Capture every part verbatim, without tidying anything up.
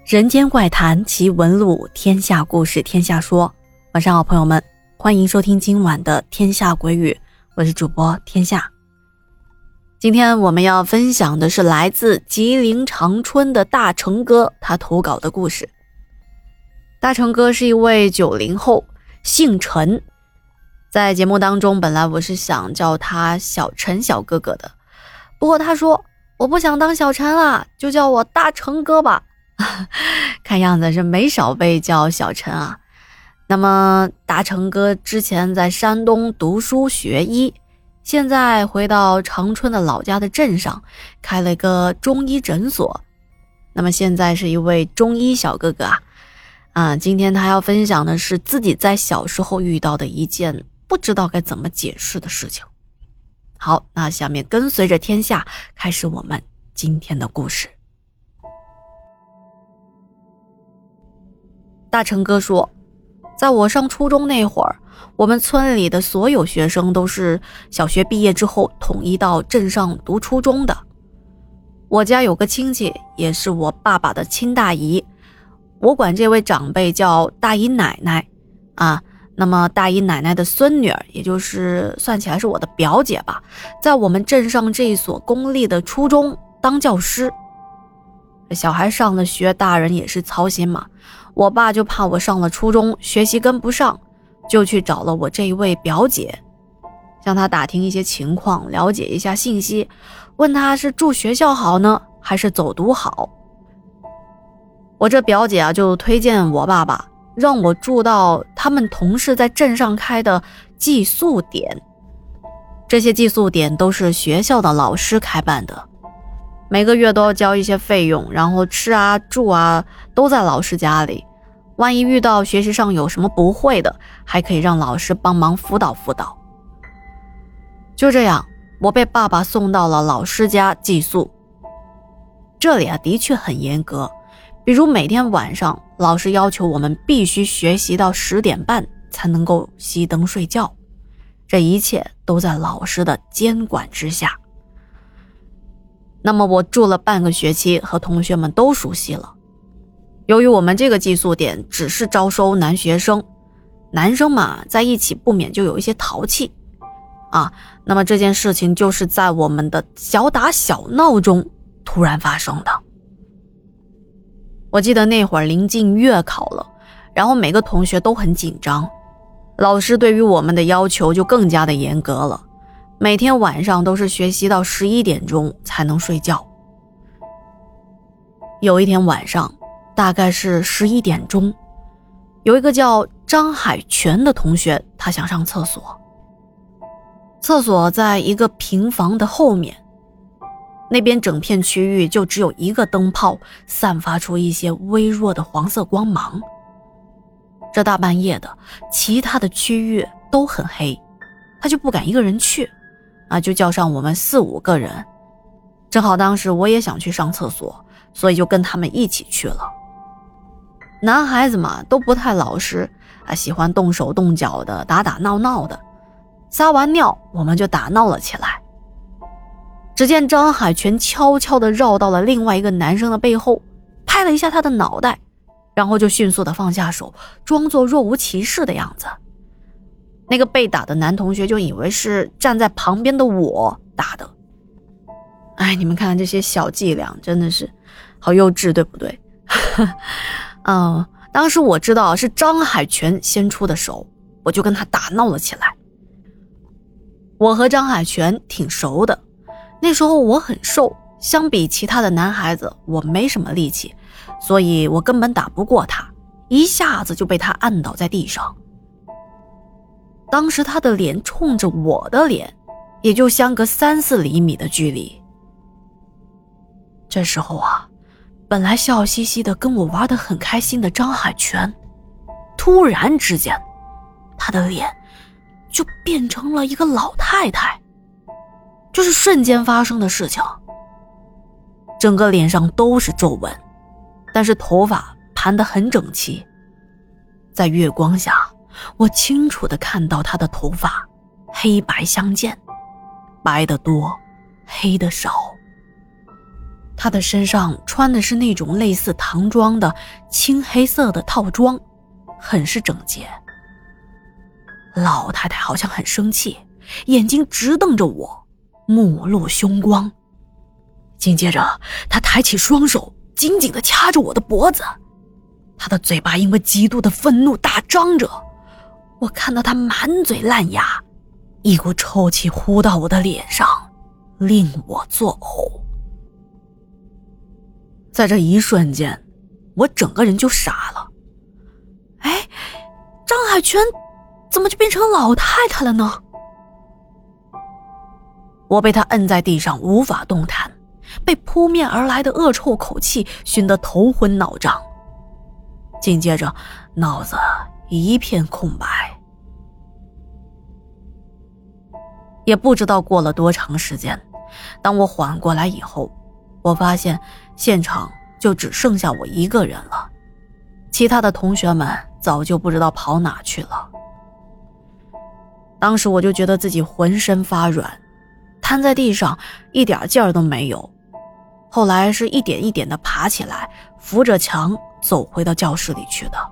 人间怪谈奇闻录，天下故事天下说。晚上好朋友们，欢迎收听今晚的天下鬼语，我是主播天下。今天我们要分享的是来自吉林长春的大成哥他投稿的故事。大成哥是一位九零后，姓陈。在节目当中本来我是想叫他小陈小哥哥的，不过他说我不想当小陈了，就叫我大成哥吧。看样子是没少被叫小陈啊。那么大成哥之前在山东读书学医，现在回到长春的老家的镇上开了一个中医诊所。那么现在是一位中医小哥哥啊。啊，今天他要分享的是自己在小时候遇到的一件不知道该怎么解释的事情。好，那下面跟随着天下开始我们今天的故事。大成哥说，在我上初中那会儿，我们村里的所有学生都是小学毕业之后统一到镇上读初中的。我家有个亲戚，也是我爸爸的亲大姨，我管这位长辈叫大姨奶奶啊。那么大姨奶奶的孙女儿，也就是算起来是我的表姐吧，在我们镇上这所公立的初中当教师。小孩上了学，大人也是操心嘛，我爸就怕我上了初中学习跟不上，就去找了我这一位表姐，向她打听一些情况，了解一下信息，问她是住学校好呢，还是走读好。我这表姐啊，就推荐我爸爸让我住到他们同事在镇上开的寄宿点。这些寄宿点都是学校的老师开办的，每个月都要交一些费用，然后吃啊住啊都在老师家里，万一遇到学习上有什么不会的，还可以让老师帮忙辅导辅导。就这样，我被爸爸送到了老师家寄宿。这里啊的确很严格，比如每天晚上老师要求我们必须学习到十点半才能够熄灯睡觉，这一切都在老师的监管之下。那么我住了半个学期，和同学们都熟悉了。由于我们这个寄宿点只是招收男学生，男生嘛在一起不免就有一些淘气啊。那么这件事情就是在我们的小打小闹中突然发生的。我记得那会儿临近月考了，然后每个同学都很紧张，老师对于我们的要求就更加的严格了，每天晚上都是学习到十一点钟才能睡觉。有一天晚上大概是十一点钟，有一个叫张海泉的同学，他想上厕所。厕所在一个平房的后面，那边整片区域就只有一个灯泡，散发出一些微弱的黄色光芒。这大半夜的，其他的区域都很黑，他就不敢一个人去啊，就叫上我们四五个人。正好当时我也想去上厕所，所以就跟他们一起去了。男孩子嘛都不太老实啊，喜欢动手动脚的，打打闹闹的。撒完尿我们就打闹了起来。只见张海泉悄悄地绕到了另外一个男生的背后，拍了一下他的脑袋，然后就迅速地放下手，装作若无其事的样子。那个被打的男同学就以为是站在旁边的我打的。哎，你们看这些小伎俩真的是好幼稚，对不对？嗯，当时我知道是张海泉先出的手，我就跟他打闹了起来。我和张海泉挺熟的，那时候我很瘦，相比其他的男孩子我没什么力气，所以我根本打不过他，一下子就被他按倒在地上。当时他的脸冲着我的脸，也就相隔三四厘米的距离。这时候啊，本来笑嘻嘻的跟我玩得很开心的张海泉，突然之间他的脸就变成了一个老太太，这是瞬间发生的事情。整个脸上都是皱纹，但是头发盘得很整齐。在月光下，我清楚地看到她的头发黑白相间，白得多，黑得少。 她的身上穿的是那种类似唐装的青黑色的套装，很是整洁。老太太好像很生气，眼睛直瞪着我，目露凶光。紧接着她抬起双手紧紧地掐着我的脖子，她的嘴巴因为极度的愤怒大张着，我看到她满嘴烂牙，一股臭气呼到我的脸上，令我作呕。在这一瞬间，我整个人就傻了。哎，张海泉怎么就变成老太太了呢？我被他摁在地上无法动弹，被扑面而来的恶臭口气熏得头昏脑胀，紧接着脑子一片空白。也不知道过了多长时间，当我缓过来以后，我发现现场就只剩下我一个人了，其他的同学们早就不知道跑哪去了。当时我就觉得自己浑身发软，瘫在地上一点劲儿都没有，后来是一点一点地爬起来，扶着墙走回到教室里去的。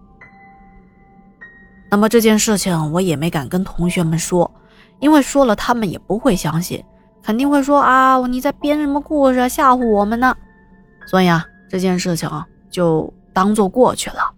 那么这件事情我也没敢跟同学们说，因为说了他们也不会相信，肯定会说啊，你在编什么故事吓唬我们呢。所以啊，这件事情就当作过去了。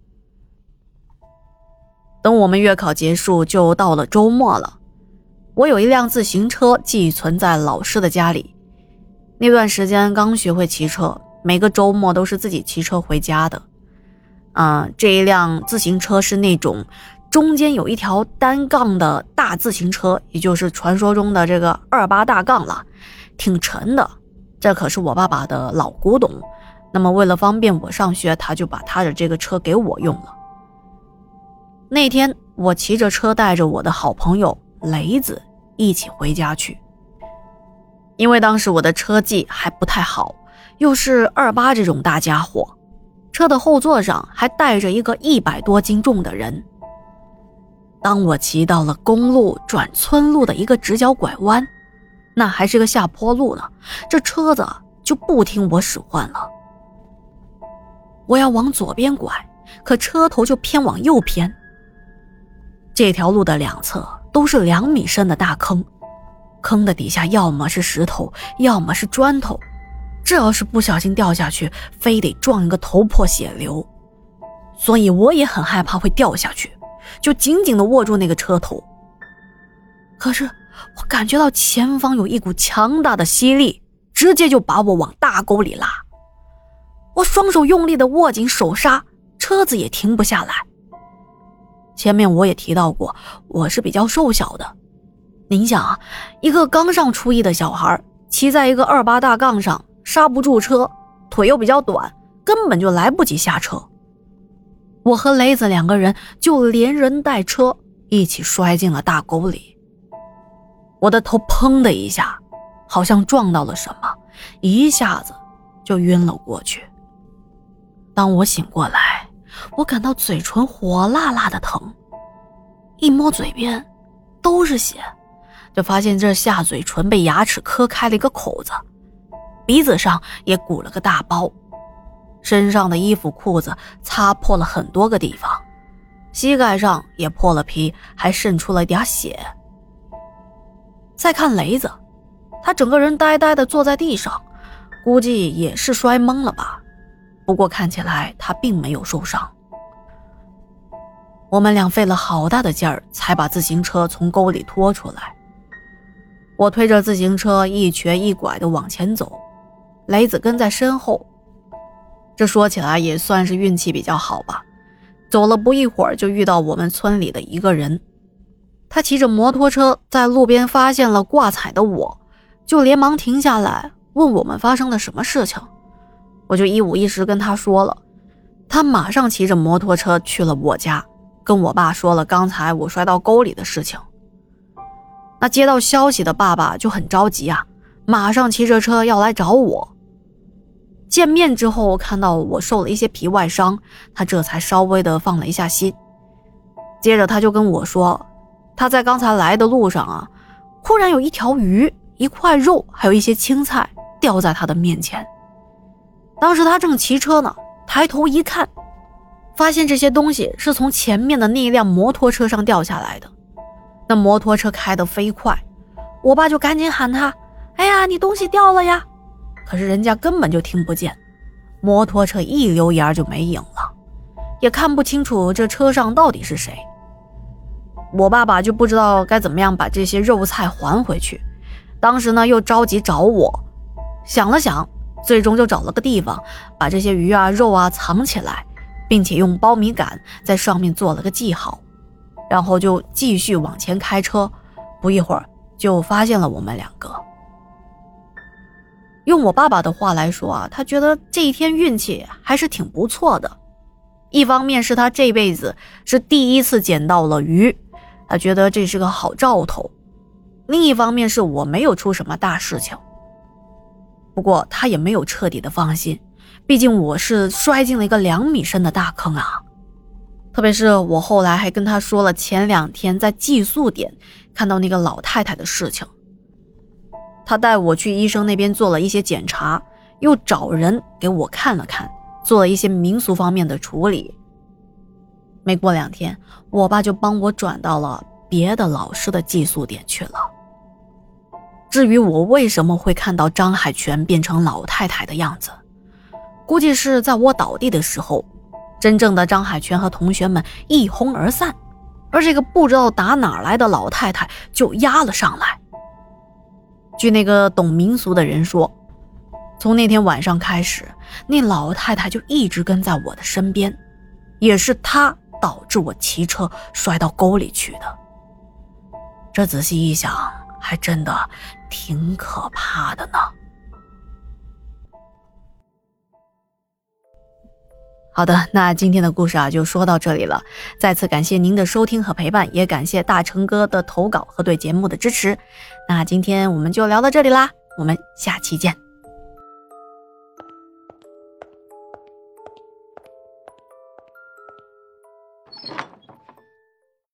等我们月考结束，就到了周末了。我有一辆自行车寄存在老师的家里，那段时间刚学会骑车，每个周末都是自己骑车回家的。嗯，这一辆自行车是那种中间有一条单杠的大自行车，也就是传说中的这个二八大杠了，挺沉的。这可是我爸爸的老古董，那么为了方便我上学，他就把他的这个车给我用了。那天我骑着车带着我的好朋友雷子一起回家去，因为当时我的车技还不太好，又是二八这种大家伙，车的后座上还带着一个一百多斤重的人。当我骑到了公路转村路的一个直角拐弯，那还是个下坡路呢，这车子就不听我使唤了。我要往左边拐，可车头就偏往右偏。这条路的两侧都是两米深的大坑，坑的底下要么是石头，要么是砖头，这要是不小心掉下去，非得撞一个头破血流。所以我也很害怕会掉下去，就紧紧地握住那个车头。可是我感觉到前方有一股强大的吸力，直接就把我往大沟里拉。我双手用力地握紧手刹，车子也停不下来。前面我也提到过，我是比较瘦小的。您想啊，一个刚上初一的小孩，骑在一个二八大杠上，刹不住车，腿又比较短，根本就来不及下车。我和雷子两个人就连人带车一起摔进了大沟里。我的头砰的一下，好像撞到了什么，一下子就晕了过去。当我醒过来，我感到嘴唇火辣辣的疼，一摸嘴边都是血，就发现这下嘴唇被牙齿磕开了一个口子，鼻子上也鼓了个大包，身上的衣服裤子擦破了很多个地方，膝盖上也破了皮，还渗出了点血。再看雷子，他整个人呆呆地坐在地上，估计也是摔懵了吧，不过看起来他并没有受伤。我们俩费了好大的劲儿才把自行车从沟里拖出来。我推着自行车一瘸一拐地往前走，雷子跟在身后。这说起来也算是运气比较好吧，走了不一会儿就遇到我们村里的一个人。他骑着摩托车在路边发现了挂彩的我，就连忙停下来问我们发生了什么事情。我就一五一十跟他说了，他马上骑着摩托车去了我家，跟我爸说了刚才我摔到沟里的事情。那接到消息的爸爸就很着急啊，马上骑着车要来找我。见面之后看到我受了一些皮外伤，他这才稍微的放了一下心。接着他就跟我说，他在刚才来的路上啊，忽然有一条鱼、一块肉还有一些青菜掉在他的面前。当时他正骑车呢，抬头一看，发现这些东西是从前面的那一辆摩托车上掉下来的。那摩托车开得飞快，我爸就赶紧喊他，哎呀，你东西掉了呀！可是人家根本就听不见，摩托车一溜烟就没影了，也看不清楚这车上到底是谁。我爸爸就不知道该怎么样把这些肉菜还回去，当时呢又着急找我，想了想，最终就找了个地方把这些鱼啊肉啊藏起来，并且用苞米杆在上面做了个记号，然后就继续往前开车，不一会儿就发现了我们两个。用我爸爸的话来说啊，他觉得这一天运气还是挺不错的。一方面是他这辈子是第一次捡到了鱼，他觉得这是个好兆头；另一方面是我没有出什么大事情。不过他也没有彻底的放心，毕竟我是摔进了一个两米深的大坑啊。特别是我后来还跟他说了前两天在寄宿点看到那个老太太的事情。他带我去医生那边做了一些检查，又找人给我看了看，做了一些民俗方面的处理。没过两天，我爸就帮我转到了别的老师的寄宿点去了。至于我为什么会看到张海泉变成老太太的样子，估计是在我倒地的时候，真正的张海泉和同学们一哄而散，而这个不知道打哪来的老太太就压了上来。据那个懂民俗的人说，从那天晚上开始，那老太太就一直跟在我的身边，也是她导致我骑车摔到沟里去的。这仔细一想，还真的挺可怕的呢。好的，那今天的故事啊就说到这里了。再次感谢您的收听和陪伴，也感谢大成哥的投稿和对节目的支持。那今天我们就聊到这里啦，我们下期见。